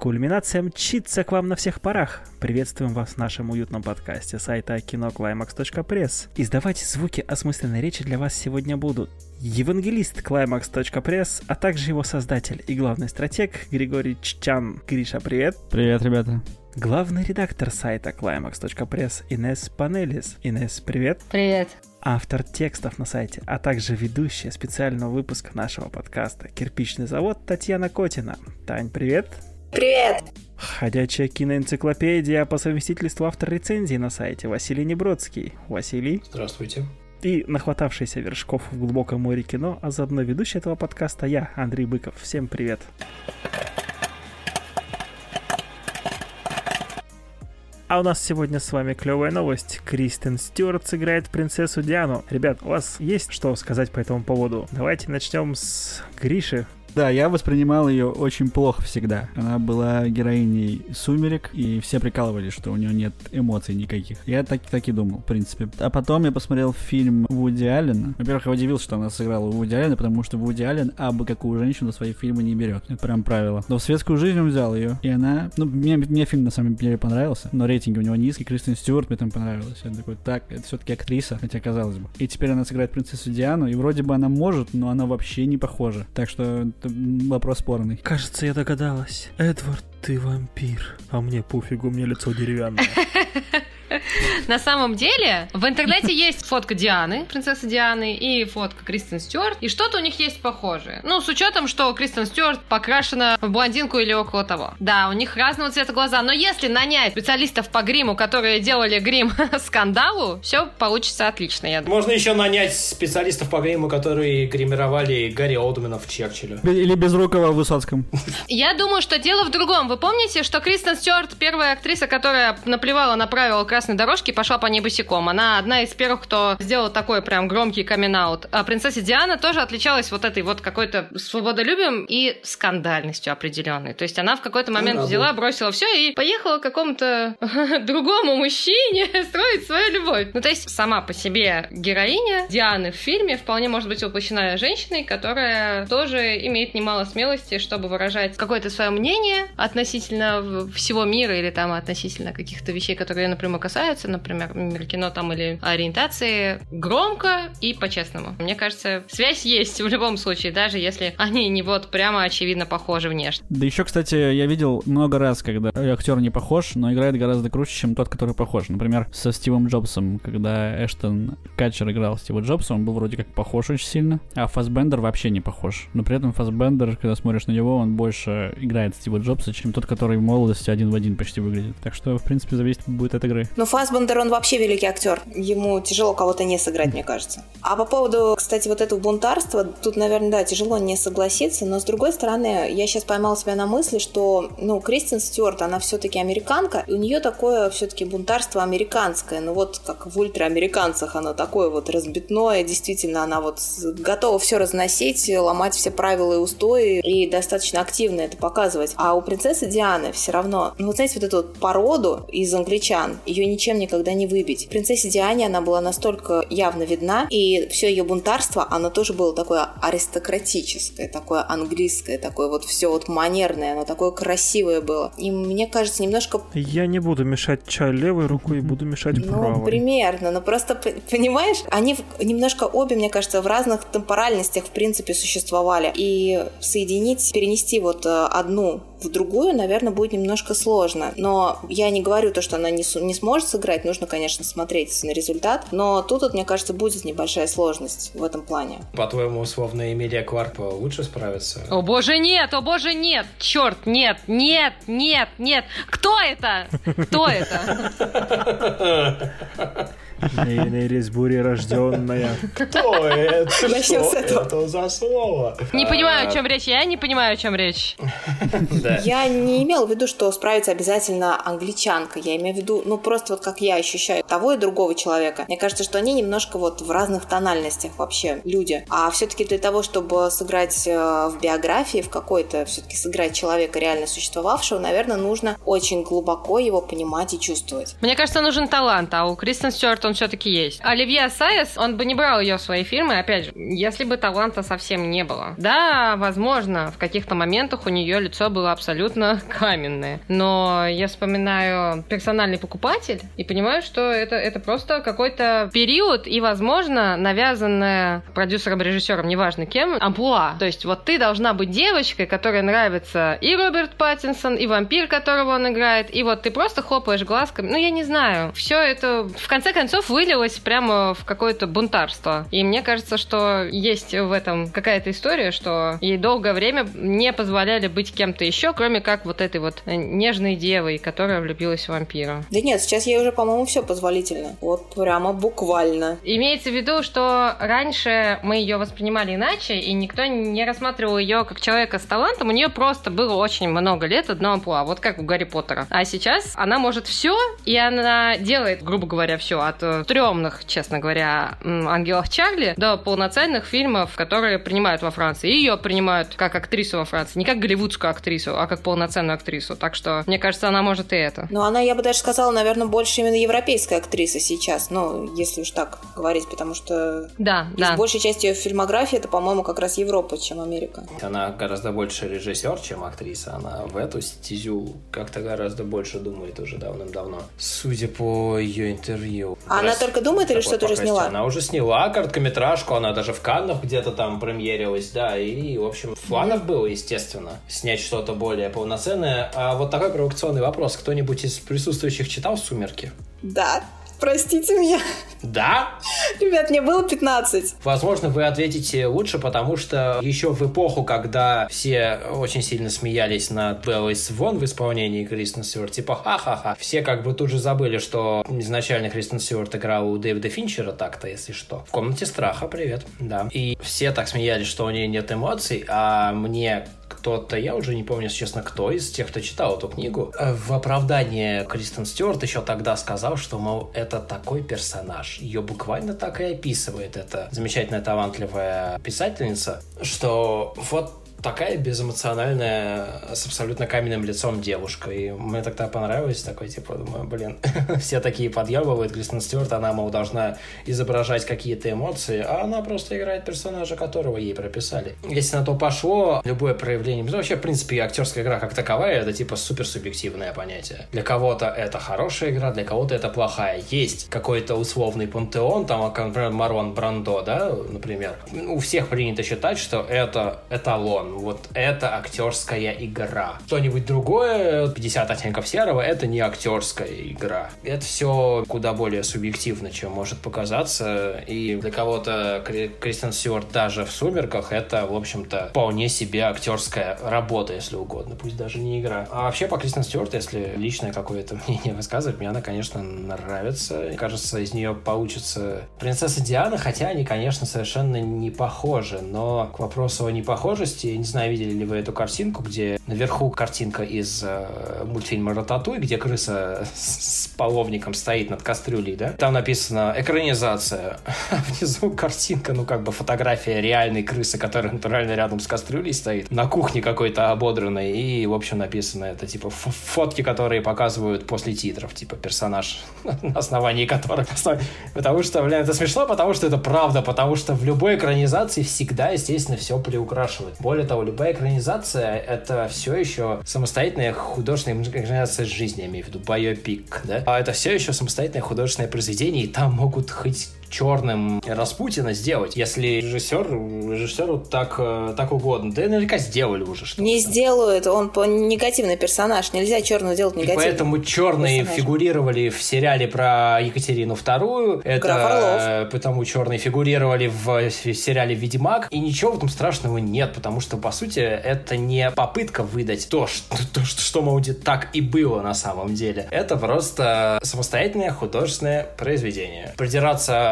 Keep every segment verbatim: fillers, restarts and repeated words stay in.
Кульминация мчится к вам на всех парах. Приветствуем вас в нашем уютном подкасте сайта кино клаймакс точка пресс. Издавать звуки осмысленной речи для вас сегодня будут евангелист клаймакс точка пресс, а также его создатель и главный стратег Григорий Ччан. Гриша, привет. Привет, ребята. Главный редактор сайта клаймакс точка пресс Инесс Панелис. Инесс, привет. Привет. Автор текстов на сайте, а также ведущая специального выпуска нашего подкаста «Кирпичный завод» Татьяна Котина. Тань, привет. Привет. Ходячая киноэнциклопедия, по совместительству автор рецензии на сайте Василий Небродский. Василий. Здравствуйте. И нахватавшийся вершков в глубоком море кино, а заодно ведущий этого подкаста я, Андрей Быков. Всем привет. А у нас сегодня с вами клевая новость. Кристен Стюарт сыграет принцессу Диану. Ребят, у вас есть что сказать по этому поводу? Давайте начнем с Гриши. Да, я воспринимал ее очень плохо всегда. Она была героиней «Сумерек», и все прикалывались, что у нее нет эмоций никаких. Я так, так и думал, в принципе. А потом я посмотрел фильм Вуди Аллена. Во-первых, я удивился, что она сыграла Вуди Аллена, потому что Вуди Аллен абы какую женщину свои фильмы не берет. Это прям правило. Но в светскую жизнь он взял ее, и она... Ну, мне, мне фильм на самом деле понравился, но рейтинги у него низкие. Кристен Стюарт мне там понравилась. Я такой, так, это все-таки актриса, хотя казалось бы. И теперь она сыграет принцессу Диану, и вроде бы она может, но она вообще не похожа. Так что... вопрос спорный. Кажется, я догадалась. Эдвард, ты вампир. А мне пофигу, мне лицо деревянное. На самом деле, в интернете есть фотка Дианы, принцессы Дианы, и фотка Кристен Стюарт, и что-то у них есть похожее. Ну, с учетом, что Кристен Стюарт покрашена в блондинку или около того. Да, у них разного цвета глаза, но если нанять специалистов по гриму, которые делали грим скандалу, все получится отлично, я думаю. Можно еще нанять специалистов по гриму, которые гримировали Гарри Олдмана в Черчилле. Или Безрукова в Высоцком. Я думаю, что дело в другом. Вы помните, что Кристен Стюарт первая актриса, которая наплевала на правила красной дорожки, пошла по ней босиком. Она одна из первых, кто сделал такой прям громкий камин-аут. А принцесса Диана тоже отличалась вот этой вот какой-то свободолюбием и скандальностью определенной. То есть она в какой-то момент ну, взяла, бросила все и поехала к какому-то другому мужчине строить свою любовь. Ну, то есть сама по себе героиня Дианы в фильме вполне может быть воплощена женщиной, которая тоже имеет немало смелости, чтобы выражать какое-то свое мнение относительно всего мира или там относительно каких-то вещей, которые, например, касаются, например, мир кино там или ориентации, громко и по-честному. Мне кажется, связь есть в любом случае, даже если они не вот прямо очевидно похожи внешне. Да еще, кстати, я видел много раз, когда актер не похож, но играет гораздо круче, чем тот, который похож. Например, со Стивом Джобсом, когда Эштон Катчер играл Стива Джобса, он был вроде как похож очень сильно, а Фассбендер вообще не похож. Но при этом Фассбендер, когда смотришь на него, он больше играет Стива Джобса, чем тот, который в молодости один в один почти выглядит. Так что, в принципе, зависит будет от игры. Но Фассбендер, он вообще великий актер. Ему тяжело кого-то не сыграть, мне кажется. А по поводу, кстати, вот этого бунтарства, тут, наверное, да, тяжело не согласиться, но с другой стороны, я сейчас поймала себя на мысли, что, ну, Кристен Стюарт, она все-таки американка, и у нее такое все-таки бунтарство американское, ну вот как в ультраамериканцах оно такое вот разбитное, действительно, она вот готова все разносить, ломать все правила и устои, и достаточно активно это показывать. А у принцессы Дианы все равно, ну, вот знаете, вот эту вот породу из англичан, ее ничем никогда не выбить. Принцессе Диане она была настолько явно видна, и все ее бунтарство, оно тоже было такое аристократическое, такое английское, такое вот все вот манерное, оно такое красивое было. И мне кажется, немножко... Я не буду мешать чай левой рукой, буду мешать ну, правой. Ну, примерно, но просто, понимаешь, они немножко обе, мне кажется, в разных темпоральностях, в принципе, существовали. И соединить, перенести вот одну в другую, наверное, будет немножко сложно. Но я не говорю то, что она не, не сможет сыграть, нужно, конечно, смотреть на результат, но тут, вот, мне кажется, будет небольшая сложность в этом плане. По-твоему, условно, Эмилия Кларк лучше справится? О боже, нет, о боже, нет, черт, нет, нет, нет, нет. Кто это? Кто это? Нейрис бурерожденная. Кто это? Начнем с этого. Что это за слово? Не понимаю, о чем речь. Я не понимаю, о чем речь. Я не имела в виду, что справится обязательно англичанка. Я имею в виду, ну, просто вот как я ощущаю того и другого человека. Мне кажется, что они немножко вот в разных тональностях вообще люди. А все-таки для того, чтобы сыграть в биографии в какой-то, все-таки сыграть человека реально существовавшего, наверное, нужно очень глубоко его понимать и чувствовать. Мне кажется, нужен талант, а у Кристен Стюарт он все-таки есть. Оливье Ассайас, он бы не брал ее в свои фильмы, опять же, если бы таланта совсем не было. Да, возможно, в каких-то моментах у нее лицо было абсолютно каменное. Но я вспоминаю «Персональный покупатель» и понимаю, что это, это просто какой-то период и, возможно, навязанная продюсером-режиссером, неважно кем, амплуа. То есть вот ты должна быть девочкой, которой нравится и Роберт Паттинсон, и вампир, которого он играет, и вот ты просто хлопаешь глазками. Ну, я не знаю. Все это, в конце концов, вылилось прямо в какое-то бунтарство. И мне кажется, что есть в этом какая-то история, что ей долгое время не позволяли быть кем-то еще, кроме как вот этой вот нежной девой, которая влюбилась в вампира. Да нет, сейчас ей уже, по-моему, все позволительно. Вот прямо буквально. Имеется в виду, что раньше мы ее воспринимали иначе, и никто не рассматривал ее как человека с талантом. У нее просто было очень много лет одно амплуа, вот как у Гарри Поттера. А сейчас она может все, и она делает, грубо говоря, все от стрёмных, честно говоря, «Ангелов Чарли» до полноценных фильмов, которые принимают во Франции. И ее принимают как актрису во Франции. Не как голливудскую актрису, а как полноценную актрису. Так что, мне кажется, она может и это. Ну, она, я бы даже сказала, наверное, больше именно европейская актриса сейчас. Ну, если уж так говорить, потому что да, из да. большей части ее фильмографии это, по-моему, как раз Европа, чем Америка. Она гораздо больше режиссер, чем актриса. Она в эту стезю как-то гораздо больше думает уже давным-давно. Судя по ее интервью. А она только думает или что-то уже сняла? Она уже сняла короткометражку, она даже в Каннах где-то там премьерилась, да, и, в общем, в планах было, естественно, снять что-то более полноценное. А вот такой провокационный вопрос. Кто-нибудь из присутствующих читал «Сумерки»? Да. Простите меня. Да? Ребят, мне было пятнадцать. Возможно, вы ответите лучше, потому что еще в эпоху, когда все очень сильно смеялись над Беллой Свон в исполнении Кристен Стюарт, типа ха-ха-ха, все как бы тут же забыли, что изначально Кристен Стюарт играла у Дэвида Финчера, так-то, если что. В «Комнате страха», привет, да. И все так смеялись, что у нее нет эмоций, а мне... кто-то, я уже не помню, если честно, кто из тех, кто читал эту книгу, в оправдание Кристен Стюарт еще тогда сказал, что, мол, это такой персонаж. Ее буквально так и описывает эта замечательная, талантливая писательница, что вот такая безэмоциональная, с абсолютно каменным лицом девушка. И мне тогда понравилось, такой, типа, думаю, блин, все такие подъебывают. Кристен Стюарт, она, мол, должна изображать какие-то эмоции, а она просто играет персонажа, которого ей прописали. Если на то пошло, любое проявление... Ну, вообще, в принципе, актерская игра как таковая, это, типа, суперсубъективное понятие. Для кого-то это хорошая игра, для кого-то это плохая. Есть какой-то условный пантеон, там, например, Марлон Брандо, да, например. У всех принято считать, что это эталон. Вот это актерская игра. Что-нибудь другое, пятьдесят оттенков серого, это не актерская игра. Это все куда более субъективно, чем может показаться. И для кого-то Кристен Стюарт даже в «Сумерках» это, в общем-то, вполне себе актерская работа, если угодно. Пусть даже не игра. А вообще по Кристен Стюарт, если личное какое-то мнение высказывать, мне она, конечно, нравится. Мне кажется, из нее получится принцесса Диана, хотя они, конечно, совершенно не похожи. Но к вопросу о непохожести, не знаю, видели ли вы эту картинку, где наверху картинка из э, мультфильма «Рататуй», где крыса с, с половником стоит над кастрюлей, да? Там написано «экранизация». А внизу картинка, ну, как бы фотография реальной крысы, которая натурально рядом с кастрюлей стоит, на кухне какой-то ободранной, и, в общем, написано это, типа, фотки, которые показывают после титров, типа, персонаж, на основании которых... Потому что, блин, это смешно, потому что это правда, потому что в любой экранизации всегда, естественно, все приукрашивают. Более того, любая экранизация — это все еще самостоятельная художественная экранизация жизни, я имею в виду байопик, да? А это все еще самостоятельное художественное произведение, и там могут хоть черным Распутина сделать, если режиссер, режиссеру так, так угодно. Да и наверняка сделали уже что-то. Не сделают, он негативный персонаж, нельзя черного делать негативным. И поэтому черные персонаж. Фигурировали в сериале про Екатерину вторую, это потому черные фигурировали в сериале «Ведьмак», и ничего в этом страшного нет, потому что, по сути, это не попытка выдать то, что, то, что, что мол, так и было на самом деле. Это просто самостоятельное художественное произведение. Придираться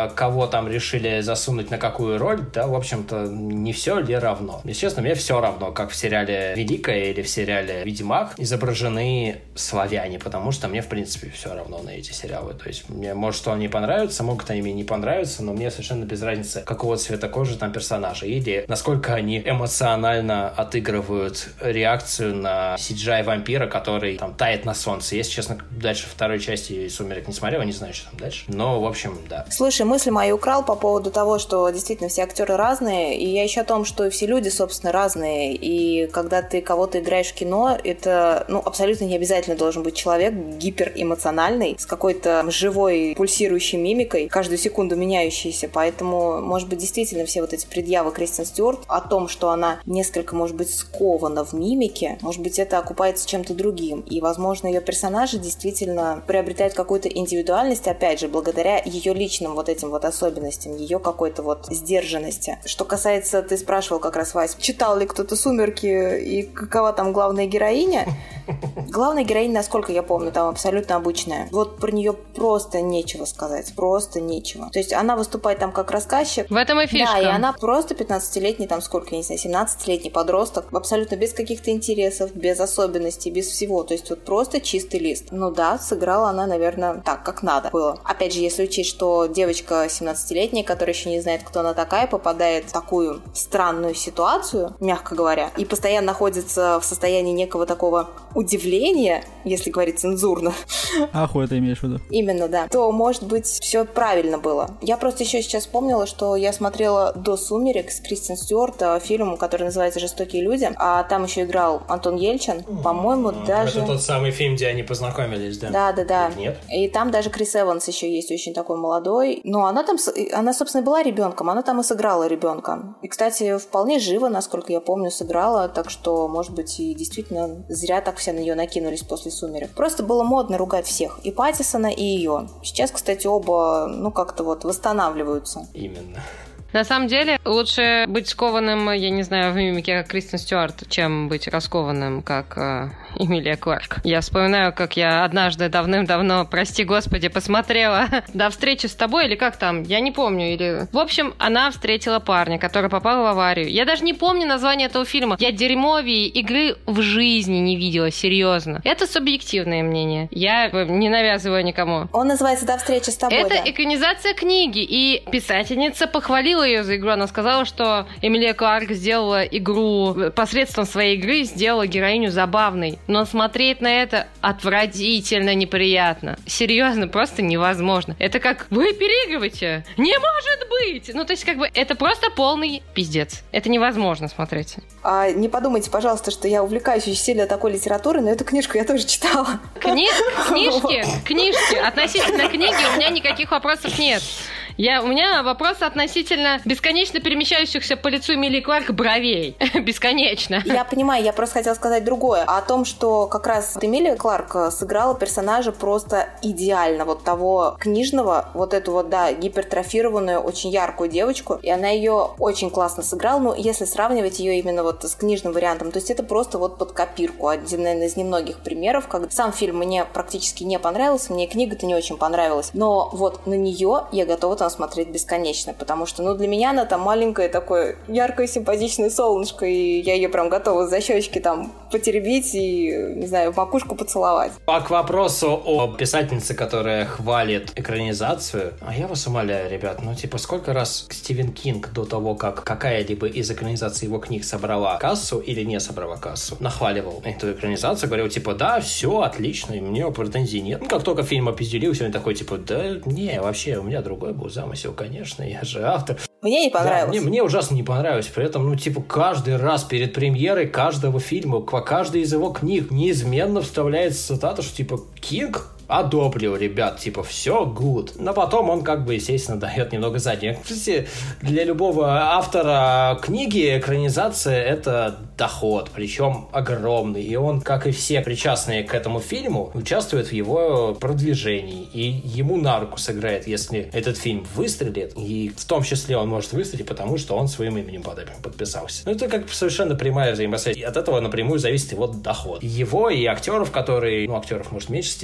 неважно, кого там решили засунуть на какую роль, да, в общем-то, не все ли равно. Если честно, мне все равно, как в сериале «Великая» или в сериале «Ведьмак» изображены славяне, потому что мне, в принципе, все равно на эти сериалы. То есть мне, может, что они понравятся, могут они мне не понравиться, но мне совершенно без разницы, какого цвета кожи там персонажи, или насколько они эмоционально отыгрывают реакцию на си джи ай-вампира, который там тает на солнце. Если честно, дальше второй части «Сумерек» не смотрел, не знаю, что там дальше. Но, в общем, да. Слушай, мысли мои украл по поводу того, что действительно все актеры разные, и я еще о том, что все люди, собственно, разные, и когда ты кого-то играешь в кино, это, ну, абсолютно не обязательно должен быть человек гиперэмоциональный, с какой-то живой, пульсирующей мимикой, каждую секунду меняющейся, поэтому, может быть, действительно все вот эти предъявы Кристен Стюарт о том, что она несколько, может быть, скована в мимике, может быть, это окупается чем-то другим, и, возможно, ее персонажи действительно приобретают какую-то индивидуальность, опять же, благодаря ее личным вот этим вот особенностям, ее какой-то вот сдержанности. Что касается, ты спрашивал как раз, Вась, читал ли кто-то «Сумерки» и какова там главная героиня? Главная героиня, насколько я помню, там абсолютно обычная. Вот про нее просто нечего сказать. Просто нечего. То есть она выступает там как рассказчик. В этом и фишка. Да, и она просто пятнадцатилетний, там сколько, я не знаю, семнадцатилетний подросток. Абсолютно без каких-то интересов, без особенностей, без всего. То есть вот просто чистый лист. Ну да, сыграла она, наверное, так, как надо было. Опять же, если учесть, что девочка семнадцатилетняя, которая еще не знает, кто она такая, попадает в такую странную ситуацию, мягко говоря, и постоянно находится в состоянии некого такого удивления, если говорить цензурно. Аху это имеешь в виду? Именно, да. То, может быть, все правильно было. Я просто еще сейчас вспомнила, что я смотрела до «Сумерек» с Кристен Стюарт фильм, который называется «Жестокие люди», а там еще играл Антон Ельчин, mm-hmm. по-моему, mm-hmm. даже... Это тот самый фильм, где они познакомились, да? Да, да, да. Или нет? И там даже Крис Эванс еще есть, очень такой молодой. Но она там, она, собственно, была ребенком, она там и сыграла ребенка. И, кстати, вполне живо, насколько я помню, сыграла, так что, может быть, и действительно зря так все на нее накинулись после «Сумерек». Просто было модно ругать всех, и Паттисона, и ее. Сейчас, кстати, оба, ну, как-то вот восстанавливаются. Именно. На самом деле, лучше быть скованным, я не знаю, в мимике, как Кристен Стюарт, чем быть раскованным, как э, Эмилия Кларк. Я вспоминаю, как я однажды давным-давно, прости господи, посмотрела «До встречи с тобой», или как там, я не помню. Или... В общем, она встретила парня, который попал в аварию. Я даже не помню название этого фильма. Я дерьмовее игры в жизни не видела, серьезно. Это субъективное мнение. Я не навязываю никому. Он называется «До встречи с тобой», Это да. экранизация книги, и писательница похвалила ее за игру. Она сказала, что Эмилия Кларк сделала игру, посредством своей игры сделала героиню забавной. Но смотреть на это отвратительно неприятно. Серьезно, просто невозможно. Это как, вы переигрываете? Не может быть! Ну, то есть, как бы, это просто полный пиздец. Это невозможно смотреть. А, не подумайте, пожалуйста, что я увлекаюсь очень сильно такой литературой, но эту книжку я тоже читала. Кни... Книжки, книжки. Относительно книги у меня никаких вопросов нет. Я, у меня вопрос относительно бесконечно перемещающихся по лицу Эмилии Кларк бровей. Бесконечно. Я понимаю, я просто хотела сказать другое. О том, что как раз Эмилия Кларк сыграла персонажа просто идеально. Вот того книжного, вот эту вот, да, гипертрофированную, очень яркую девочку. И она ее очень классно сыграла. Ну, если сравнивать ее именно вот с книжным вариантом, то есть это просто вот под копирку. Один, наверное, из немногих примеров, когда сам фильм мне практически не понравился, мне книга-то не очень понравилась. Но вот на нее я готова там смотреть бесконечно, потому что, ну, для меня она там маленькое такое яркое, симпатичное солнышко, и я ее прям готова за щечки там потеребить и, не знаю, в макушку поцеловать. А к вопросу о писательнице, которая хвалит экранизацию, а я вас умоляю, ребят, ну, типа, сколько раз Стивен Кинг до того, как какая-либо из экранизаций его книг собрала кассу или не собрала кассу, нахваливал эту экранизацию, говорил, типа, да, все отлично, и мне претензий нет. Ну, как только фильм опизделился, он такой, типа, да, не, вообще, у меня другой был замысел, конечно, я же автор. Мне не понравилось. Да, мне, мне ужасно не понравилось. При этом, ну, типа, каждый раз перед премьерой каждого фильма, каждой из его книг неизменно вставляется цитата, что, типа, Кинг одобрил, ребят, типа, все good. Но потом он, как бы, естественно, дает немного задних. Кстати, для любого автора книги экранизация — это доход, причем огромный. И он, как и все причастные к этому фильму, участвует в его продвижении. И ему на руку сыграет, если этот фильм выстрелит. И в том числе он может выстрелить, потому что он своим именем под этим подписался. Ну, это как совершенно прямая взаимосвязь. И от этого напрямую зависит его доход. Его и актеров, которые, ну, актеров, может, в меньшей степени, которые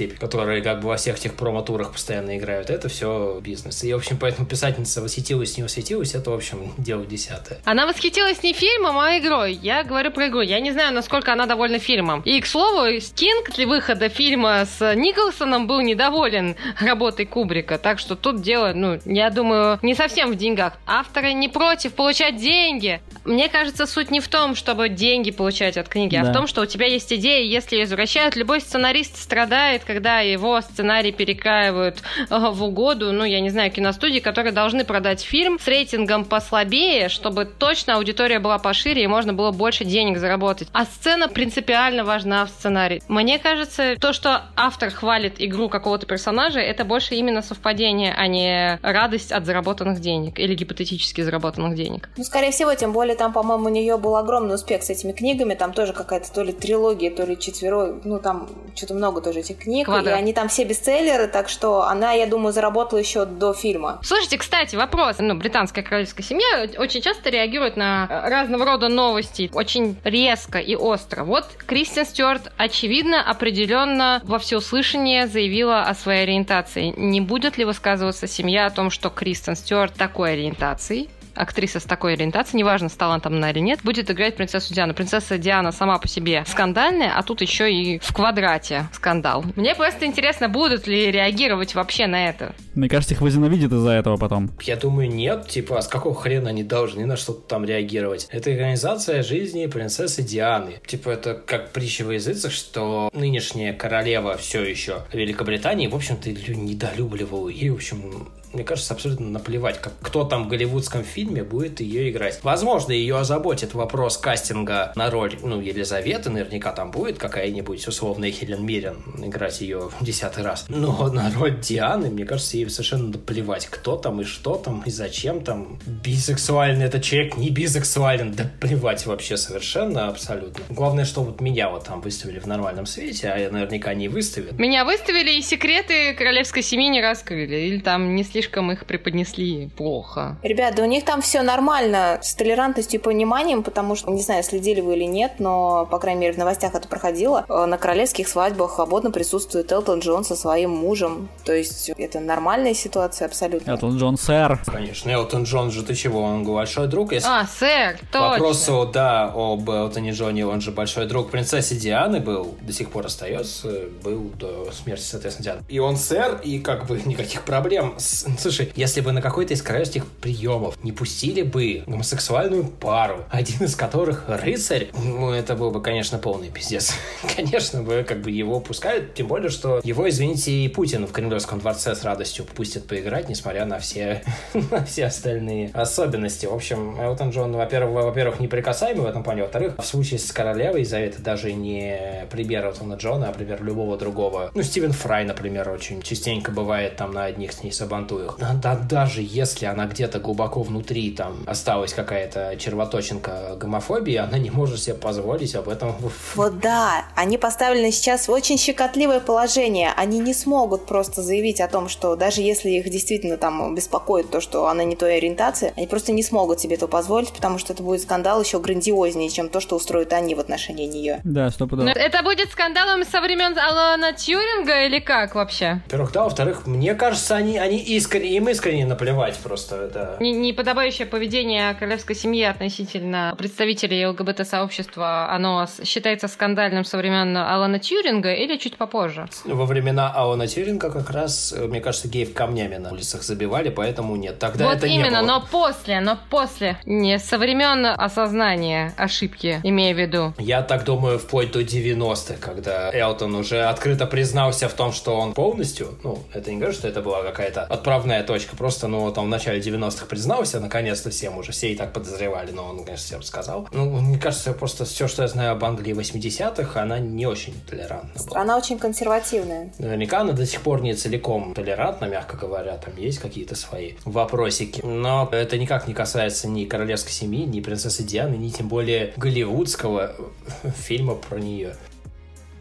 которые как бы во всех этих промо-турах постоянно играют. Это все бизнес. И, в общем, поэтому писательница восхитилась, не восхитилась, это, в общем, дело десятое. Она восхитилась не фильмом, а игрой. Я говорю про игру. Я не знаю, насколько она довольна фильмом. И, к слову, Кинг для выхода фильма с Николсоном был недоволен работой Кубрика. Так что тут дело, ну, я думаю, не совсем в деньгах. Авторы не против получать деньги. Мне кажется, суть не в том, чтобы деньги получать от книги, да. а в том, что у тебя есть идея, если ее извращают. Любой сценарист страдает, когда его сценарий перекраивают в угоду, ну, я не знаю, киностудии, которые должны продать фильм с рейтингом послабее, чтобы точно аудитория была пошире и можно было больше денег заработать. А сцена принципиально важна в сценарии. Мне кажется, то, что автор хвалит игру какого-то персонажа, это больше именно совпадение, а не радость от заработанных денег или гипотетически заработанных денег. Ну, скорее всего, тем более там, по-моему, у нее был огромный успех с этими книгами, там тоже какая-то то ли трилогия, то ли четверо, ну, там что-то много тоже этих книг, Квадрат. И они там все бестселлеры, так что она, я думаю, заработала еще до фильма. Слушайте, кстати, вопрос. Ну, британская королевская семья очень часто реагирует на разного рода новости очень резко и остро. Вот Кристен Стюарт, очевидно, определенно во всеуслышание заявила о своей ориентации. Не будет ли высказываться семья о том, что Кристен Стюарт такой ориентации? Актриса с такой ориентацией, неважно, с талантом она или нет, будет играть принцессу Диану. Принцесса Диана сама по себе скандальная, а тут еще и в квадрате скандал. Мне просто интересно, будут ли реагировать вообще на это. Мне кажется, их возненавидят из-за этого потом. Я думаю, нет. Типа, а с какого хрена они должны на что-то там реагировать? Это экранизация жизни принцессы Дианы. Типа, это как притча во языцах, что нынешняя королева все еще Великобритании, в общем-то, недолюбливала. И, в общем... Мне кажется, абсолютно наплевать, как, кто там в голливудском фильме будет ее играть. Возможно, ее озаботит вопрос кастинга на роль, ну, Елизаветы. Наверняка там будет какая-нибудь условная Хелен Миррен играть ее в десятый раз. Но на роль Дианы, мне кажется, ей совершенно наплевать, кто там и что там, и зачем там. Бисексуальный этот человек, не бисексуален, да плевать вообще совершенно, абсолютно. Главное, что вот меня вот там выставили в нормальном свете, а наверняка не выставят. Меня выставили и секреты королевской семьи не раскрыли. Или там не слишком слишком их преподнесли плохо. Ребята, да у них там все нормально с толерантностью и пониманием, потому что, не знаю, следили вы или нет, но, по крайней мере, в новостях это проходило. На королевских свадьбах свободно присутствует Элтон Джон со своим мужем. То есть это нормальная ситуация абсолютно. Элтон Джон, сэр. Конечно, Элтон Джон же, ты чего, он большой друг. Если... А, сэр, точно. Вопросу, да, об Элтоне Джоне, он же большой друг принцессы Дианы был, до сих пор остается, был до смерти, соответственно, Дианы. И он сэр, и как бы никаких проблем. Слушай, если бы на какой-то из королевских приемов не пустили бы гомосексуальную пару, один из которых рыцарь, ну, это был бы, конечно, полный пиздец. Конечно бы, как бы его пускают, тем более, что его, извините, и Путин в Кремлевском дворце с радостью пустит поиграть, несмотря на все, на все остальные особенности. В общем, Элтон Джон, во-первых, во-первых, неприкасаемый в этом плане, во-вторых, в случае с королевой Елизаветой даже не пример Элтона Джона, а пример любого другого. Ну, Стивен Фрай, например, очень частенько бывает там на одних с ней сабантуях. Да, даже если она где-то глубоко внутри там осталась какая-то червоточинка гомофобии, она не может себе позволить об этом. Вот да, они поставлены сейчас в очень щекотливое положение. Они не смогут просто заявить о том, что даже если их действительно там беспокоит то, что она не той ориентации, они просто не смогут себе это позволить, потому что это будет скандал еще грандиознее, чем то, что устроят они в отношении нее. Да, стопудово. Это будет скандалом со времен Алана Тьюринга или как вообще? Во-первых, да, во-вторых, мне кажется, они, они искренне, им искренне наплевать просто, да. Неподобающее поведение королевской семьи относительно представителей ЛГБТ-сообщества, оно считается скандальным со времен Алана Тьюринга или чуть попозже? Во времена Алана Тьюринга как раз, мне кажется, геев камнями на улицах забивали, поэтому нет, тогда вот это именно, не было. но после, но после, не со времен осознания ошибки, имея в виду. Я так думаю, вплоть до девяностых, когда Элтон уже открыто признался в том, что он полностью, ну, это не говорю, что это была какая-то отправная точка, просто, ну, там в начале девяностых признался, наконец-то всем уже, все и так подозревали, но он, конечно, всем сказал. Ну, мне кажется, просто все, что я знаю об Англии восьмидесятых, она не очень толерантна была. Страна очень консервативная. Наверняка она до сих пор не целиком толерантна, мягко говоря, там есть какие-то свои вопросики, но это никак не касается ни королевской семьи, ни принцессы Дианы, ни тем более голливудского фильма про нее.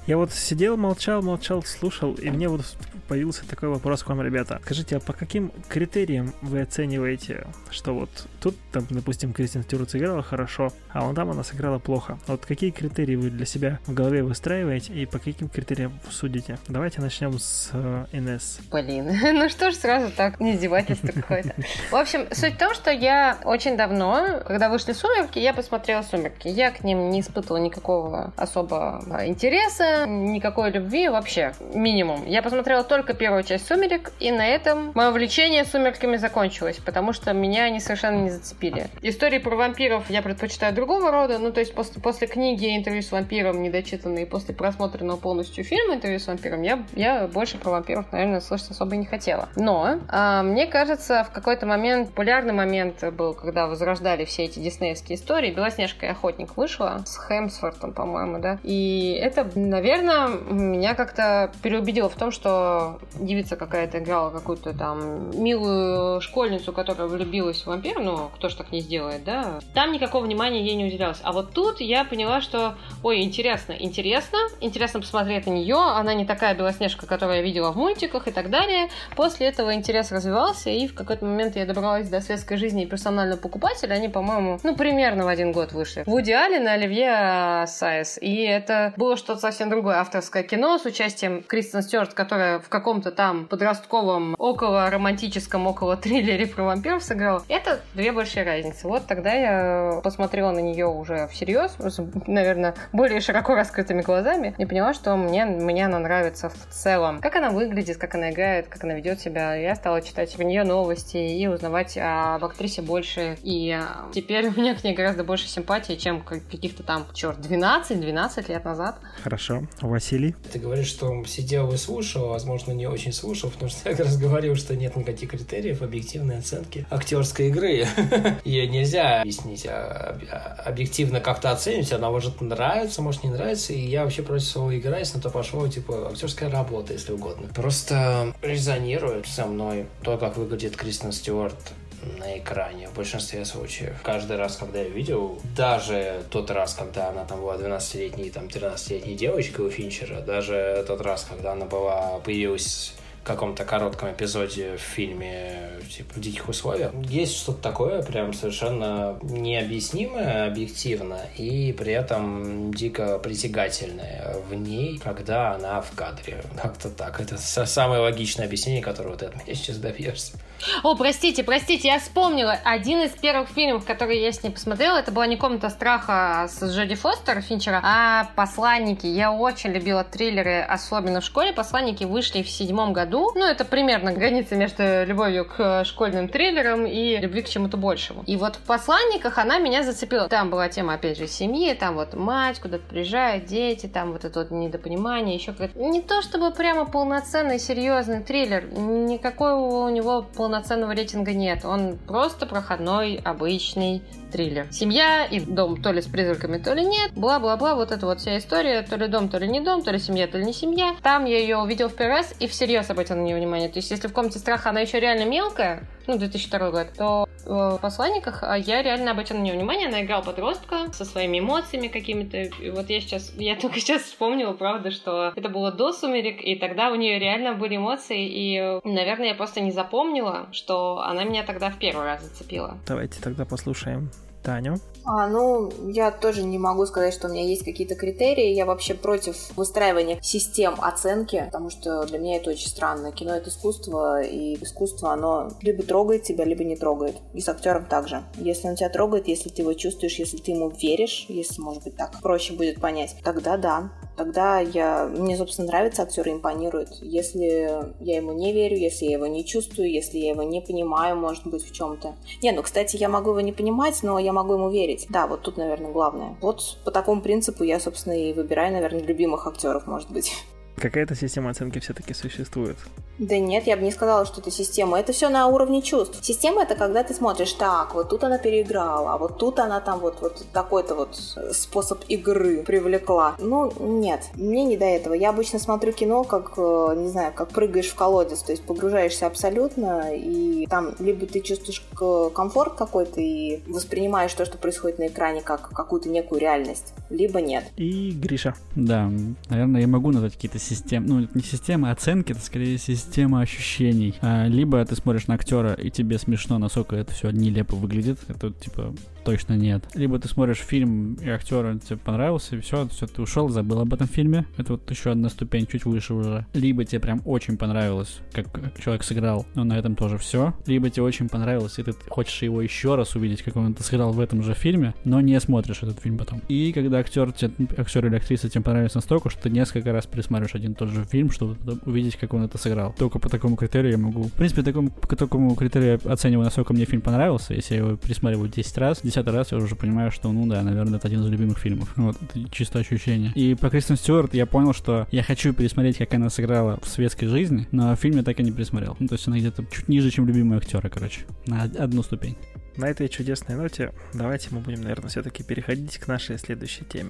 Я вот сидел, молчал, молчал, слушал, и мне вот появился такой вопрос к вам, ребята. Скажите, а по каким критериям вы оцениваете, что вот тут, там, допустим, Кристен Стюарт сыграла хорошо, а вон там она сыграла плохо? Вот какие критерии вы для себя в голове выстраиваете и по каким критериям судите? Давайте начнем с э, Инесс. Блин, ну что ж сразу так, не издевательство какое-то. В общем, суть в том, что я очень давно, когда вышли «Сумерки», я посмотрела «Сумерки». Я к ним не испытывала никакого особо интереса, никакой любви вообще, минимум. Я посмотрела только первую часть «Сумерек», и на этом мое влечение «Сумерками» закончилось, потому что меня они совершенно не зацепили. Истории про вампиров я предпочитаю другого рода, ну то есть после, после книги «Интервью с вампиром» недочитанной, и после просмотренного полностью фильма «Интервью с вампиром» я, я больше про вампиров, наверное, слышать особо не хотела. Но а, мне кажется, в какой-то момент, популярный момент был, когда возрождали все эти диснеевские истории. «Белоснежка и охотник» вышла с Хемсвортом, по-моему, да, и это, наверное, меня как-то переубедило в том, что девица какая-то играла какую-то там милую школьницу, которая влюбилась в вампира, ну, кто ж так не сделает, да? Там никакого внимания ей не уделялось. А вот тут я поняла, что, ой, интересно, интересно, интересно посмотреть на нее, она не такая Белоснежка, которую я видела в мультиках и так далее. После этого интерес развивался, и в какой-то момент я добралась до «Светской жизни» и «Персонального покупателя». Они, по-моему, ну, примерно в один год вышли. Вуди Аллен и Оливье Сайес. И это было что-то совсем другое авторское кино с участием Кристен Стюарт, которая в каком-то там подростковом, около романтическом, около триллере про вампиров сыграла. Это две большие разницы. Вот тогда я посмотрела на нее уже всерьез, наверное, более широко раскрытыми глазами, и поняла, что мне, мне она нравится в целом. Как она выглядит, как она играет, как она ведет себя. Я стала читать про нее новости и узнавать об актрисе больше. И теперь у меня к ней гораздо больше симпатии, чем каких-то там, черт, двенадцать-двенадцать лет назад. Хорошо. Василий? Ты говоришь, что сидел и слушал, возможно, не очень слушал, потому что я как раз говорил, что нет никаких критериев объективной оценки актерской игры. Ее нельзя объяснить, а объективно как-то оценить. Она может нравиться, может не нравиться. И я вообще против слова «игра», если на то пошло, типа, актерская работа, если угодно. Просто резонирует со мной то, как выглядит Кристен Стюарт на экране в большинстве случаев. Каждый раз, когда я видел, даже тот раз, когда она там была двенадцатилетней, там тринадцатилетней девочкой у Финчера, даже тот раз, когда она была, появилась в каком-то коротком эпизоде в фильме типа «В диких условиях». Есть что-то такое прям совершенно необъяснимое объективно и при этом дико притягательное в ней, когда она в кадре. Как-то так. Это самое логичное объяснение, которого ты от меня сейчас добьешься. О, простите, простите, я вспомнила. Один из первых фильмов, которые я с ней посмотрела, это была не «Комната страха» с Джоди Фостер Финчера, а «Посланники». Я очень любила триллеры, особенно в школе. «Посланники» вышли в седьмом году. Ну, это примерно граница между любовью к школьным триллерам и любви к чему-то большему. И вот в «Посланниках» она меня зацепила. Там была тема, опять же, семьи, там вот мать куда-то приезжает, дети, там вот это вот недопонимание, еще какое-то... Не то чтобы прямо полноценный, серьезный триллер. Никакого у него полноценного рейтинга нет. Он просто проходной, обычный триллер. Семья и дом то ли с призраками, то ли нет. Бла-бла-бла, вот эта вот вся история. То ли дом, то ли не дом, то ли семья, то ли не семья. Там я ее увидела в первый раз и всерьез обратила на нее внимание. То есть, если в «Комнате страха» она еще реально мелкая, ну, две тысячи второй год, то в «Посланниках» я реально обратила на нее внимание. Она играла подростка со своими эмоциями какими-то. И вот я сейчас, я только сейчас вспомнила, правда, что это было до «Сумерек», и тогда у нее реально были эмоции, и, наверное, я просто не запомнила, что она меня тогда в первый раз зацепила. Давайте тогда послушаем Таню. А, ну, я тоже не могу сказать, что у меня есть какие-то критерии. Я вообще против выстраивания систем оценки, потому что для меня это очень странно. Кино — это искусство, и искусство, оно либо трогает тебя, либо не трогает. И с актером также. Если он тебя трогает, если ты его чувствуешь, если ты ему веришь, если, может быть, так проще будет понять, тогда да. Тогда я... Мне, собственно, нравится актер и импонирует. Если я ему не верю, если я его не чувствую, если я его не понимаю, может быть, в чем-то. Не, ну, кстати, я могу его не понимать, но я могу ему верить. Да, вот тут, наверное, главное. Вот по такому принципу я, собственно, и выбираю, наверное, любимых актеров, может быть. Какая-то система оценки все-таки существует. Да нет, я бы не сказала, что это система. Это все на уровне чувств. Система — это когда ты смотришь, так, вот тут она переиграла, а вот тут она там вот, вот такой-то вот способ игры привлекла. Ну, нет, мне не до этого. Я обычно смотрю кино, как, не знаю, как прыгаешь в колодец, то есть погружаешься абсолютно, и там либо ты чувствуешь комфорт какой-то и воспринимаешь то, что происходит на экране, как какую-то некую реальность, либо нет. И Гриша. Да, наверное, я могу назвать какие-то системы, ну, не системы оценки, это скорее система Система ощущений. А, либо ты смотришь на актера, и тебе смешно, насколько это все нелепо выглядит. Это типа точно нет. Либо ты смотришь фильм, и актер тебе понравился, и все, все, ты ушел, забыл об этом фильме. Это вот еще одна ступень чуть выше уже. Либо тебе прям очень понравилось, как человек сыграл, но на этом тоже все. Либо тебе очень понравилось, и ты хочешь его еще раз увидеть, как он это сыграл в этом же фильме, но не смотришь этот фильм потом. И когда актер, тебе, актер или актриса тебе понравится настолько, что ты несколько раз пересматриваешь один и тот же фильм, чтобы увидеть, как он это сыграл. Только по такому критерию я могу... В принципе, такому, по такому критерию я оцениваю, насколько мне фильм понравился. Если я его пересматриваю десять раз, десятый раз я уже понимаю, что, ну да, наверное, это один из любимых фильмов. Вот, это чисто ощущение. И по Кристен Стюарт я понял, что я хочу пересмотреть, как она сыграла в светской жизни, но фильм я так и не пересмотрел. Ну, то есть она где-то чуть ниже, чем любимые актеры, короче. На одну ступень. На этой чудесной ноте давайте мы будем, наверное, все-таки переходить к нашей следующей теме.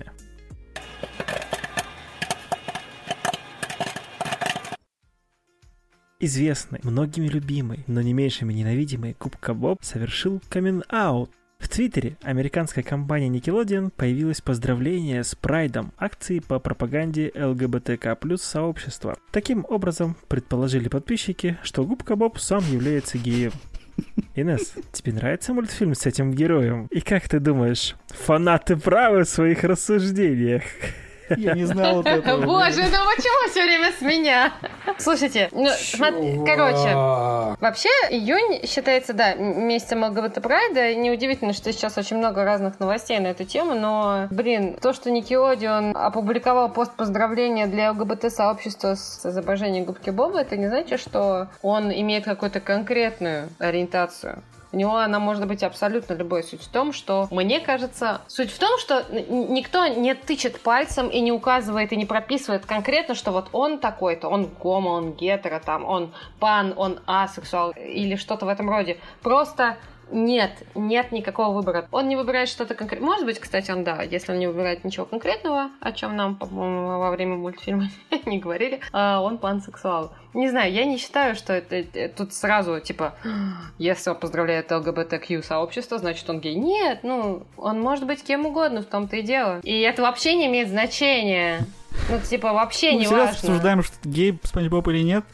Известный, многими любимый, но не меньшими ненавидимый Губка Боб совершил камин-аут. В Твиттере американской компании Nickelodeon появилось поздравление с Прайдом, акции по пропаганде эл гэ бэ тэ ка плюс сообщества. Таким образом, предположили подписчики, что Губка Боб сам является геем. Инесс, тебе нравится мультфильм с этим героем? И как ты думаешь, фанаты правы в своих рассуждениях? Я не знал вот этого. Боже, ну почему все время с меня? Слушайте, ну, смотри, короче, вообще июнь считается, да, месяцем эл гэ бэ тэ Прайда. Неудивительно, что сейчас очень много разных новостей на эту тему, но, блин, то, что Nickelodeon опубликовал пост поздравления для эл гэ бэ тэ сообщества с изображением Губки Боба, это не значит, что он имеет какую-то конкретную ориентацию. У него она может быть абсолютно любой. Суть в том, что, мне кажется, суть в том, что никто не тычет пальцем и не указывает и не прописывает конкретно, что вот он такой-то, он гомо, он гетеро, там, он пан, он асексуал или что-то в этом роде. Просто нет, нет никакого выбора. Он не выбирает что-то конкретное. Может быть, кстати, он, да, если он не выбирает ничего конкретного, о чем нам, по-моему, во время мультфильма не говорили, он пансексуал. Не знаю, я не считаю, что это, это тут сразу, типа, если он поздравляет эл гэ бэ тэ кью сообщество, значит, он гей. Нет, ну, он может быть кем угодно, в том-то и дело. И это вообще не имеет значения. Ну, типа, вообще не важно. Мы сейчас обсуждаем, что гей Спанч Боб или нет.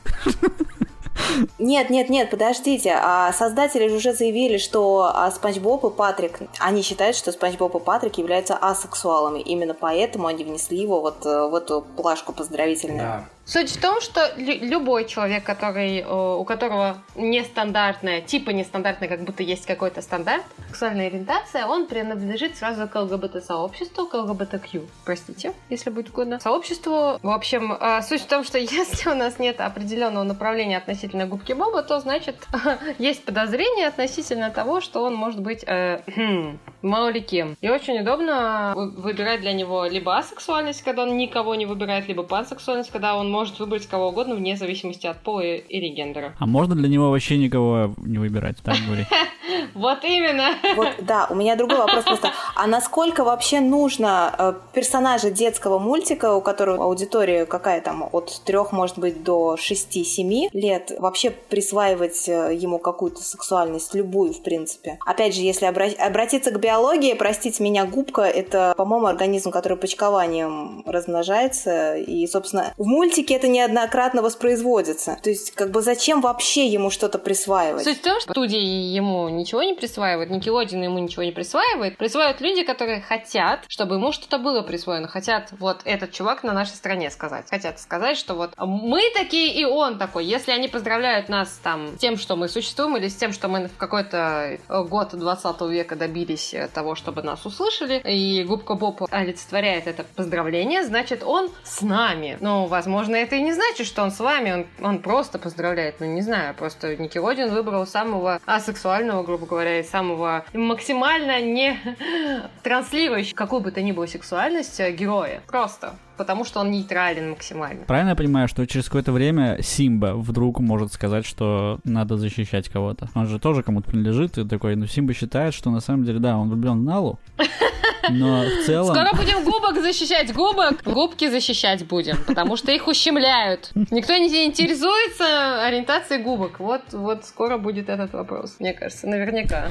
Нет, нет, нет, подождите. А создатели же уже заявили, что Спанч Боб и Патрик, они считают, что Спанч Боб и Патрик являются асексуалами. Именно поэтому они внесли его вот в эту плашку поздравительную. Да. Суть в том, что любой человек, который, у которого нестандартная, типа нестандартная, как будто есть какой-то стандарт, сексуальная ориентация, он принадлежит сразу к эл гэ бэ тэ-сообществу, к эл гэ бэ тэ кью, простите, если будет угодно, сообществу. В общем, суть в том, что если у нас нет определенного направления относительно Губки Боба, то, значит, есть подозрение относительно того, что он может быть э, мало ли кем. И очень удобно выбирать для него либо асексуальность, когда он никого не выбирает, либо пансексуальность, когда он может выбрать кого угодно вне зависимости от пола или гендера. А можно для него вообще никого не выбирать, так говорить? Вот именно. Вот, да, у меня другой вопрос просто. А насколько вообще нужно э, персонажа детского мультика, у которого аудитория какая там, от трех, может быть, до шести-семи лет, вообще присваивать ему какую-то сексуальность, любую, в принципе? Опять же, если обра- обратиться к биологии, простите меня, губка — это, по-моему, организм, который почкованием размножается, и, собственно, в мультике это неоднократно воспроизводится. То есть, как бы, зачем вообще ему что-то присваивать? Суть в том, что студии ему ничего не присваивают, Nickelodeon ему ничего не присваивает. Присваивают люди, которые хотят, чтобы ему что-то было присвоено. Хотят вот этот чувак на нашей стране сказать. Хотят сказать, что вот мы такие, и он такой. Если они поздравляют нас там с тем, что мы существуем, или с тем, что мы в какой-то год двадцатого века добились того, чтобы нас услышали, и Губка Боб олицетворяет это поздравление, значит, он с нами. Ну, возможно, это и не значит, что он с вами, он, он просто поздравляет. Ну, не знаю, просто Nickelodeon выбрал самого асексуального, грубо говоря, и самого максимально не транслирующего какую бы то ни было сексуальность героя. Просто. потому что он нейтрален максимально. Правильно я понимаю, что через какое-то время Симба вдруг может сказать, что надо защищать кого-то? Он же тоже кому-то принадлежит, и такой, ну, Симба считает, что на самом деле, да, он влюблен в Налу, но в целом... Скоро будем губок защищать, губок! Губки защищать будем, потому что их ущемляют. Никто не интересуется ориентацией губок. Вот, вот скоро будет этот вопрос, мне кажется, наверняка.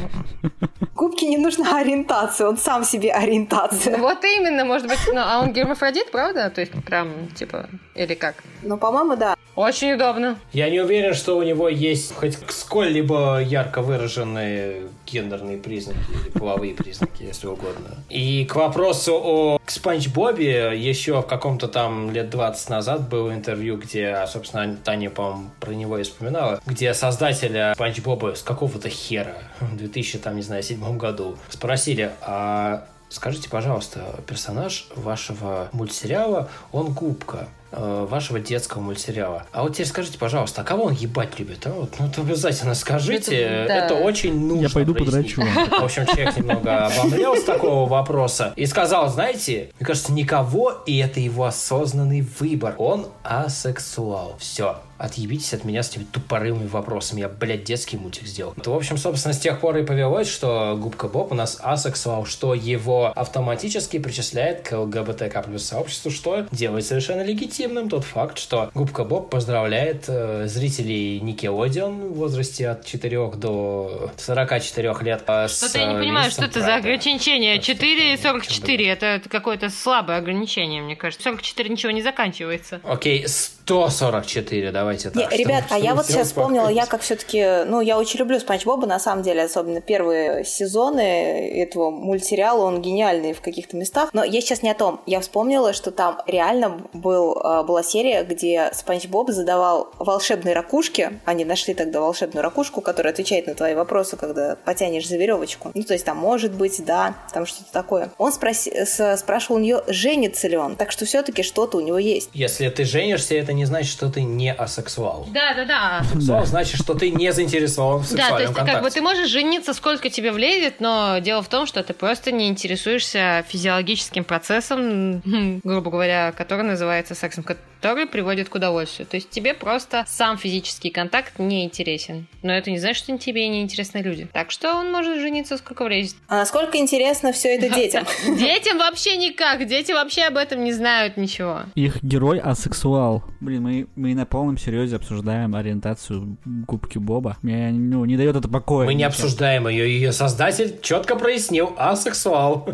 Губке не нужна ориентация, он сам себе ориентация. Вот именно, может быть, ну, а он гермафродит, правда? То есть прям, типа, или как? Ну, по-моему, да. Очень удобно. Я не уверен, что у него есть хоть сколь-либо ярко выраженные гендерные признаки или половые признаки, если угодно. И к вопросу о Спанч Бобе еще в каком-то там лет двадцать назад было интервью, где, собственно, Таня, по-моему, про него и вспоминала, где создателя Спанч Боба с какого-то хера в две тысячи, там, не знаю, седьмом году спросили, а скажите, пожалуйста, персонаж вашего мультсериала, он губка, вашего детского мультсериала. А вот теперь скажите, пожалуйста, а кого он ебать любит? А вот, ну, это обязательно скажите. Это, да. Это очень нужно. Я пойду прояснить. подрачу. В общем, человек немного обомлел с такого вопроса и сказал, знаете, мне кажется, никого, и это его осознанный выбор. Он асексуал. Все. Отъебитесь от меня с этими тупорылыми вопросами. Я, блядь, детский мультик сделал. То, в общем, собственно, с тех пор и повелось, что Губка Боб у нас асексуал, что его автоматически причисляет к ЛГБТК плюс сообществу, что делает совершенно легитимным тот факт, что Губка Боб поздравляет э, зрителей Nickelodeon в возрасте от четырёх до сорока четырёх лет. Э, Что-то я не понимаю, что это за ограничение. четыре и сорок четыре. Это какое-то слабое ограничение, мне кажется. сорок четыре ничего не заканчивается. Окей, сто сорок четыре, давайте так. Не, ребят, а я вот сейчас вспомнила, я как все-таки, ну, я очень люблю Спанч Боба, на самом деле, особенно первые сезоны этого мультсериала, он гениальный в каких-то местах, но я сейчас не о том. Я вспомнила, что там реально был, была серия, где Спанч Боб задавал волшебные ракушки, они нашли тогда волшебную ракушку, которая отвечает на твои вопросы, когда потянешь за веревочку. Ну, то есть там может быть, да, там что-то такое. Он спроси, спрашивал у нее, женится ли он, так что все-таки что-то у него есть. Если ты женишься, это не значит, что ты не асексуал. Да, да, да. Асексуал Да. значит, что ты не заинтересован в сексуальном Да, то есть контакте. как бы ты можешь жениться, сколько тебе влезет, но дело в том, что ты просто не интересуешься физиологическим процессом, грубо говоря, который называется сексом, который приводит к удовольствию. То есть тебе просто сам физический контакт не интересен. Но это не значит, что тебе не интересны люди. Так что он может жениться, сколько влезет. А насколько интересно все это детям? Детям вообще никак. Дети вообще об этом не знают ничего. Их герой асексуал. Блин, мы, мы на полном серьезе обсуждаем ориентацию Губки Боба. Мне, ну, не дает это покоя. Мы не обсуждаем ее. Ее создатель четко прояснил асексуал.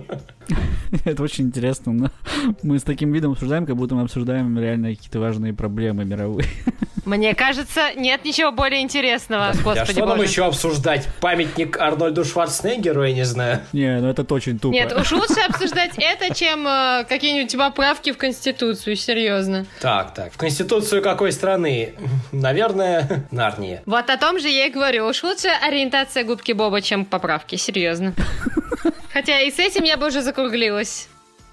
Это очень интересно. Но мы с таким видом обсуждаем, как будто мы обсуждаем реально какие-то важные проблемы мировые. Мне кажется, нет ничего более интересного. Господи, а что боже. нам еще обсуждать? Памятник Арнольду Шварценеггеру, я не знаю. Не, ну это очень тупо. Нет, уж лучше обсуждать это, чем э, какие-нибудь поправки в Конституцию, серьезно. Так, так. В Конституцию какой страны? Наверное, Нарния. Вот о том же я и говорю. Уж лучше ориентация Губки Боба, чем поправки, серьезно. Хотя и с этим я бы уже закруглилась.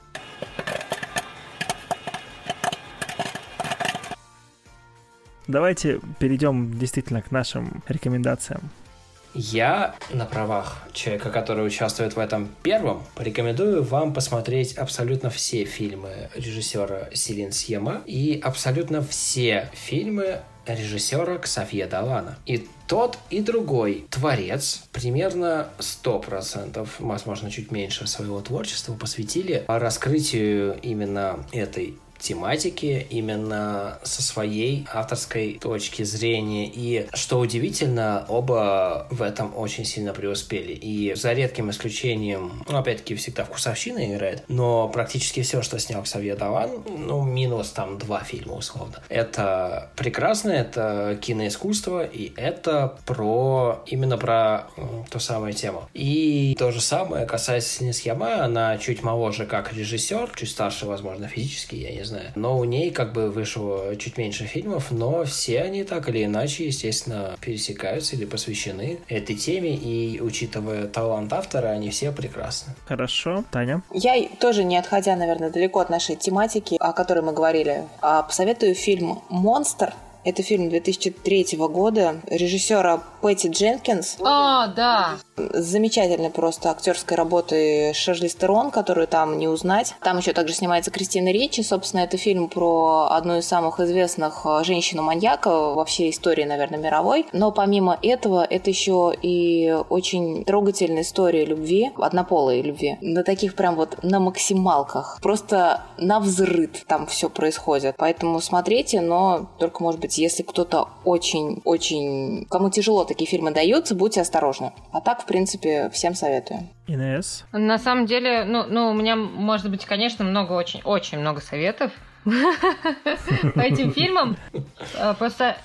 Давайте перейдем действительно к нашим рекомендациям. Я на правах человека, который участвует в этом первом, порекомендую вам посмотреть абсолютно все фильмы режиссера Селин Сьема и абсолютно все фильмы режиссера Ксавье Далана. И тот, и другой творец примерно сто процентов, возможно, чуть меньше своего творчества посвятили раскрытию именно этой тематики именно со своей авторской точки зрения. И, что удивительно, оба в этом очень сильно преуспели. И за редким исключением, ну, опять-таки, всегда вкусовщина играет, но практически все, что снял Ксавье Далан, ну, минус там два фильма, условно. Это прекрасно, это киноискусство, и это про, именно про ту самую тему. И то же самое касается Селин Сьема, она чуть моложе как режиссер, чуть старше, возможно, физически, я не знаю. Но у ней как бы вышло чуть меньше фильмов, но все они так или иначе, естественно, пересекаются или посвящены этой теме, и, учитывая талант автора, они все прекрасны. Хорошо. Таня? Я тоже, не отходя, наверное, далеко от нашей тематики, о которой мы говорили, посоветую фильм «Монстр». Это фильм две тысячи третьего года режиссера Пэтти Дженкинс. А, да. С замечательной просто актерской работы Шарлиз Терон, которую там не узнать. Там еще также снимается Кристина Ричи. Собственно, это фильм про одну из самых известных женщину-маньяка во всей истории, наверное, мировой. Но помимо этого, это еще и очень трогательная история любви, однополой любви. На таких прям вот на максималках. Просто навзрыд там все происходит. Поэтому смотрите, но только, может быть, если кто-то очень-очень... Кому тяжело такие фильмы даются, будьте осторожны. А так, в принципе, всем советую. Инесс? На самом деле, ну, ну, у меня, может быть, конечно, много, очень, очень много советов по этим фильмам. Просто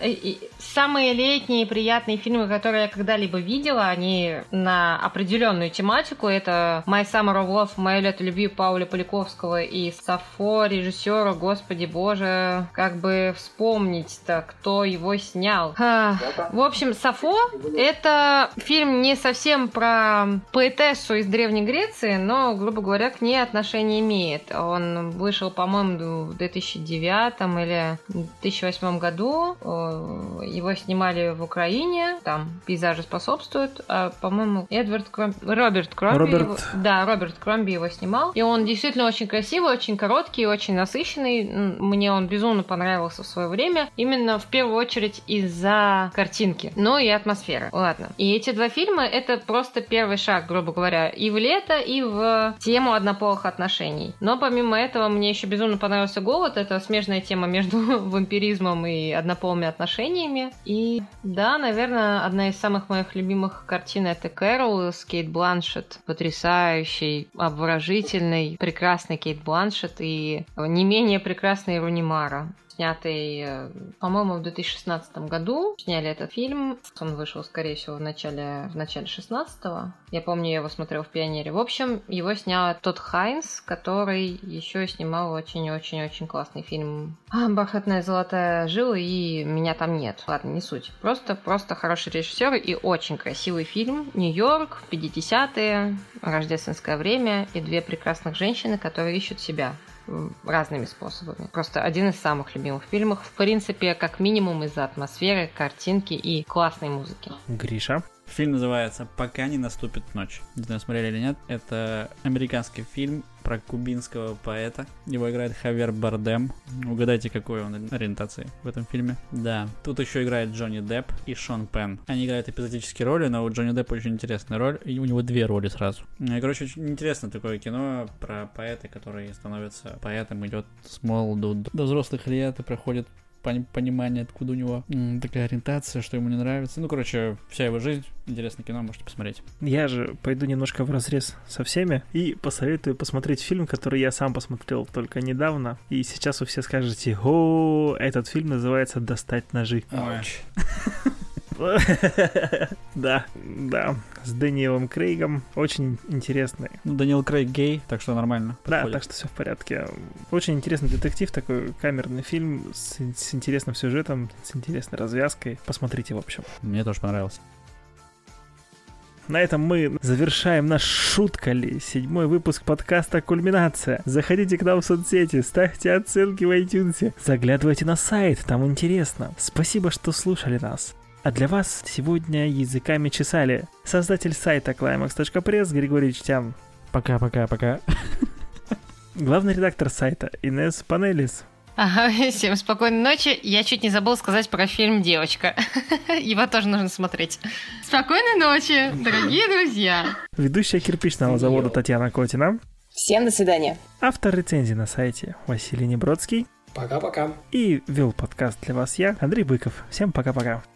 самые летние приятные фильмы, которые я когда-либо видела, они на определенную тематику. Это «My Summer of Love», «Мое лето любви» Пауля Поляковского и «Сафо» режиссера, господи боже, как бы вспомнить-то, кто его снял. В общем, «Сафо» — это фильм не совсем про поэтессу из Древней Греции, но, грубо говоря, к ней отношение имеет. Он вышел, по-моему, в две тысячи девятом или две тысячи восьмом году. Его снимали в Украине, там пейзажи способствуют. А, по-моему, Эдвард Кром... Роберт Кромби. Роберт. Его... Да, Роберт Кромби его снимал. И он действительно очень красивый, очень короткий, очень насыщенный. Мне он безумно понравился в свое время. Именно в первую очередь из-за картинки, но и атмосферы. Ладно. И эти два фильма — это просто первый шаг, грубо говоря, и в лето, и в тему однополых отношений. Но помимо этого мне еще безумно понравился «Голод». Это смежная тема между вампиризмом и однополыми отношениями. И да, наверное, одна из самых моих любимых картин — это «Кэрол» с Кейт Бланшетт. Потрясающей, обворожительной, прекрасной Кейт Бланшетт и не менее прекрасной Руни Мара. Снятый, по-моему, в две тысячи шестнадцатом году. Сняли этот фильм. Он вышел, скорее всего, в начале, в начале шестнадцатого. Я помню, я его смотрела в «Пионере». В общем, его снял Тодд Хайнс, который еще снимал очень-очень-очень классный фильм «Бархатная золотая жила» и «Меня там нет». Ладно, не суть. Просто, просто хороший режиссер и очень красивый фильм. Нью-Йорк, пятидесятые, рождественское время и две прекрасных женщины, которые ищут себя разными способами. Просто один из самых любимых фильмов. В принципе, как минимум из-за атмосферы, картинки и классной музыки. Гриша? Фильм называется «Пока не наступит ночь». Не знаю, смотрели или нет. Это американский фильм про кубинского поэта. Его играет Хавьер Бардем. Угадайте, какой он ориентации в этом фильме. Да. Тут еще играет Джонни Депп и Шон Пенн. Они играют эпизодические роли, но у Джонни Деппа очень интересная роль. И у него две роли сразу. Короче, очень интересно такое кино про поэта, который становится поэтом, идет с молоду до взрослых лет и проходит понимание, откуда у него м, такая ориентация, что ему не нравится. Ну, короче, вся его жизнь. Интересное кино, можете посмотреть. Я же пойду немножко вразрез со всеми и посоветую посмотреть фильм, который я сам посмотрел только недавно. И сейчас вы все скажете: о, этот фильм называется «Достать ножи». Ауч. Да, да, с Дэниелом Крейгом. Очень интересный. Ну, Дэниел Крейг гей, так что нормально. Да, подходит. так что все в порядке. Очень интересный детектив, такой камерный фильм с, с интересным сюжетом, с интересной развязкой. Посмотрите, в общем. Мне тоже понравился. На этом мы завершаем наш «Шуткали», седьмой выпуск подкаста «Кульминация». Заходите к нам в соцсети, ставьте оценки в iTunes, заглядывайте на сайт, там интересно. Спасибо, что слушали нас. А для вас сегодня языками чесали создатель сайта клаймакс точка пресс Григорий Чтян. Пока-пока-пока. Главный редактор сайта Инесс Панелис. Ага, всем спокойной ночи. Я чуть не забыла сказать про фильм «Девочка». Его тоже нужно смотреть. Спокойной ночи, дорогие друзья. Ведущая кирпичного завода Татьяна Котина. Всем до свидания. Автор рецензии на сайте Василий Небродский. Пока-пока. И вел подкаст для вас я, Андрей Быков. Всем пока-пока.